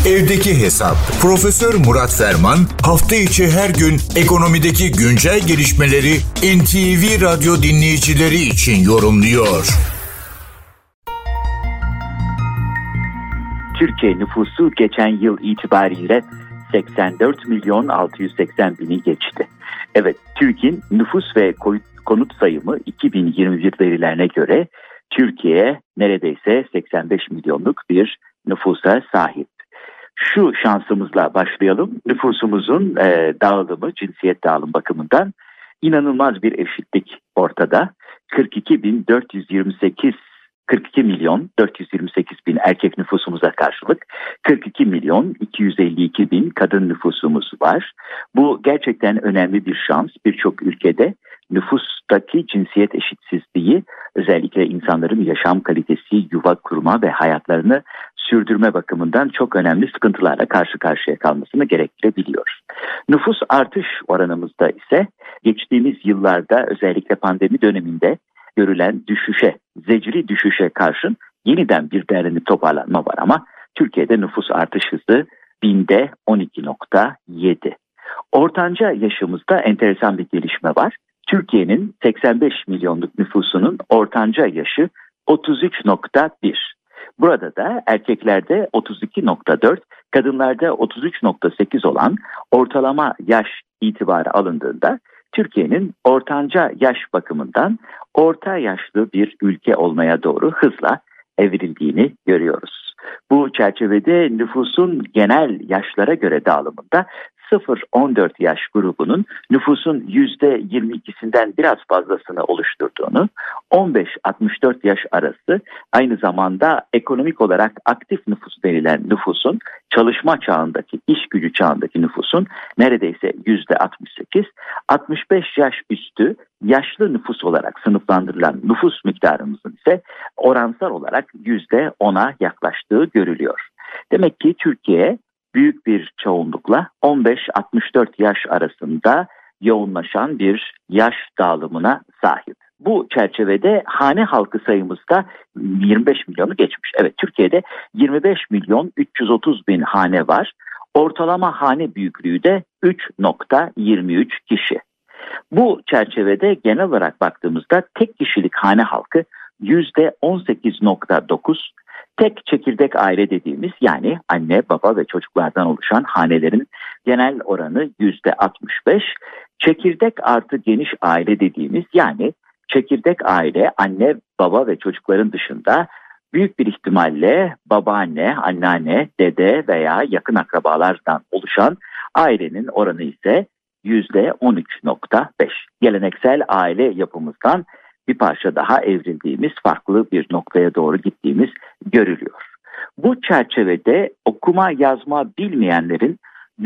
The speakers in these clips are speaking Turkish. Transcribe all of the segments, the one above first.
Evdeki Hesap. Profesör Murat Ferman hafta içi her gün ekonomideki güncel gelişmeleri NTV Radyo dinleyicileri için yorumluyor. Türkiye nüfusu geçen yıl itibariyle 84 milyon 680 bini geçti. Evet, TÜİK'in nüfus ve konut sayımı 2021 verilerine göre Türkiye neredeyse 85 milyonluk bir nüfusa sahip. Şu şansımızla başlayalım. Nüfusumuzun dağılımı, cinsiyet dağılım bakımından inanılmaz bir eşitlik ortada. 42 milyon 428 bin erkek nüfusumuza karşılık 42 milyon 252 bin kadın nüfusumuz var. Bu gerçekten önemli bir şans. Birçok ülkede nüfustaki cinsiyet eşitsizliği özellikle insanların yaşam kalitesi, yuva kurma ve hayatlarını sürdürme bakımından çok önemli sıkıntılarla karşı karşıya kalmasını gerektirebiliyor. Nüfus artış oranımızda ise geçtiğimiz yıllarda özellikle pandemi döneminde görülen zecri düşüşe karşın yeniden bir derlenip toparlanma var ama Türkiye'de nüfus artış hızı binde 12.7. Ortanca yaşımızda enteresan bir gelişme var. Türkiye'nin 85 milyonluk nüfusunun ortanca yaşı 33.1. Burada da erkeklerde 32.4, kadınlarda 33.8 olan ortalama yaş itibarı alındığında Türkiye'nin ortanca yaş bakımından orta yaşlı bir ülke olmaya doğru hızla evrildiğini görüyoruz. Bu çerçevede nüfusun genel yaşlara göre dağılımında 0-14 yaş grubunun nüfusun %22'sinden biraz fazlasını oluşturduğunu, 15-64 yaş arası aynı zamanda ekonomik olarak aktif nüfus denilen nüfusun çalışma çağındaki, iş gücü çağındaki nüfusun neredeyse %68, 65 yaş üstü yaşlı nüfus olarak sınıflandırılan nüfus miktarımızın ise oransal olarak %10'a yaklaştığı görülüyor. Demek ki Türkiye büyük bir çoğunlukla 15-64 yaş arasında yoğunlaşan bir yaş dağılımına sahip. Bu çerçevede hane halkı sayımızda 25 milyonu geçmiş. Evet, Türkiye'de 25 milyon 330 bin hane var. Ortalama hane büyüklüğü de 3.23 kişi. Bu çerçevede genel olarak baktığımızda tek kişilik hane halkı %18.9, tek çekirdek aile dediğimiz yani anne, baba ve çocuklardan oluşan hanelerin genel oranı %65, çekirdek artı geniş aile dediğimiz yani çekirdek aile anne, baba ve çocukların dışında büyük bir ihtimalle babaanne, anneanne, dede veya yakın akrabalardan oluşan ailenin oranı ise %13.5. Geleneksel aile yapımızdan bir parça daha evrildiğimiz, farklı bir noktaya doğru gittiğimiz görülüyor. Bu çerçevede okuma yazma bilmeyenlerin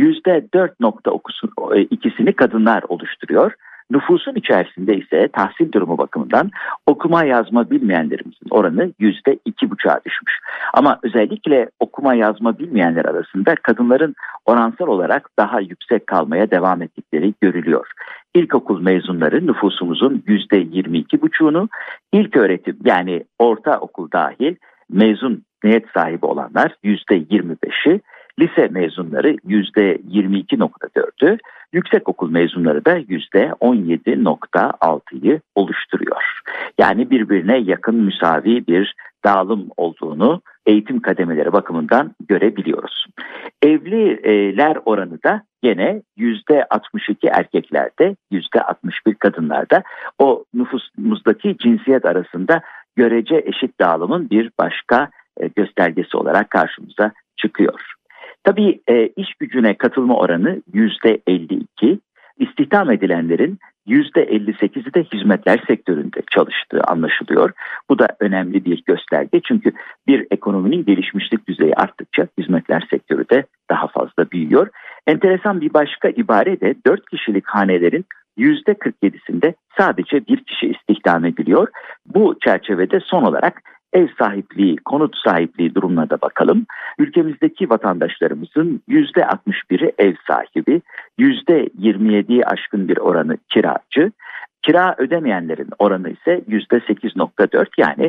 %4.2'sini kadınlar oluşturuyor. Nüfusun içerisinde ise tahsil durumu bakımından okuma yazma bilmeyenlerimizin oranı %2,5'a düşmüş. Ama özellikle okuma yazma bilmeyenler arasında kadınların oransal olarak daha yüksek kalmaya devam ettikleri görülüyor. İlkokul mezunları nüfusumuzun %22,5'unu, ilköğretim yani ortaokul dahil mezuniyet sahibi olanlar %25'i, lise mezunları %22.4'ü, yüksekokul mezunları da %17.6'yı oluşturuyor. Yani birbirine yakın müsavi bir dağılım olduğunu eğitim kademeleri bakımından görebiliyoruz. Evliler oranı da gene %62 erkeklerde, %61 kadınlarda. O nüfusumuzdaki cinsiyet arasında görece eşit dağılımın bir başka göstergesi olarak karşımıza çıkıyor. Tabii iş gücüne katılma oranı %52, istihdam edilenlerin %58'i de hizmetler sektöründe çalıştığı anlaşılıyor. Bu da önemli bir gösterge çünkü bir ekonominin gelişmişlik düzeyi arttıkça hizmetler sektörü de daha fazla büyüyor. Enteresan bir başka ibare de 4 kişilik hanelerin %47'sinde sadece bir kişi istihdam ediliyor. Bu çerçevede son olarak ev sahipliği, konut sahipliği durumuna da bakalım. Ülkemizdeki vatandaşlarımızın %61'i ev sahibi, %27'yi aşkın bir oranı kiracı. Kira ödemeyenlerin oranı ise %8.4 yani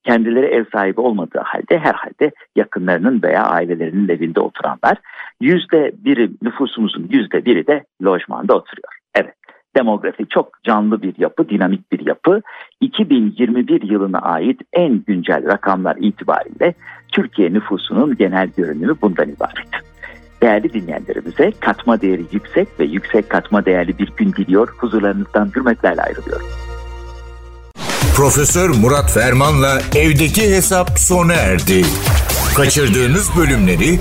kendileri ev sahibi olmadığı halde herhalde yakınlarının veya ailelerinin evinde oturanlar. %1'i nüfusumuzun %1'i de lojmanda oturuyor. Evet, demografi çok canlı bir yapı, dinamik bir yapı. 2021 yılına ait en güncel rakamlar itibariyle Türkiye nüfusunun genel görünümü bundan ibaret. Değerli dinleyenlerimize katma değeri yüksek ve yüksek katma değerli bir gün diliyor. Huzurlarınızdan hürmetlerle ayrılıyorum. Profesör Murat Ferman'la Evdeki Hesap sona erdi. Kaçırdığınız bölümleri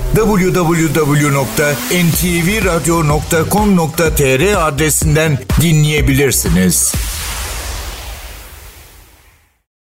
www.ntvradio.com.tr adresinden dinleyebilirsiniz.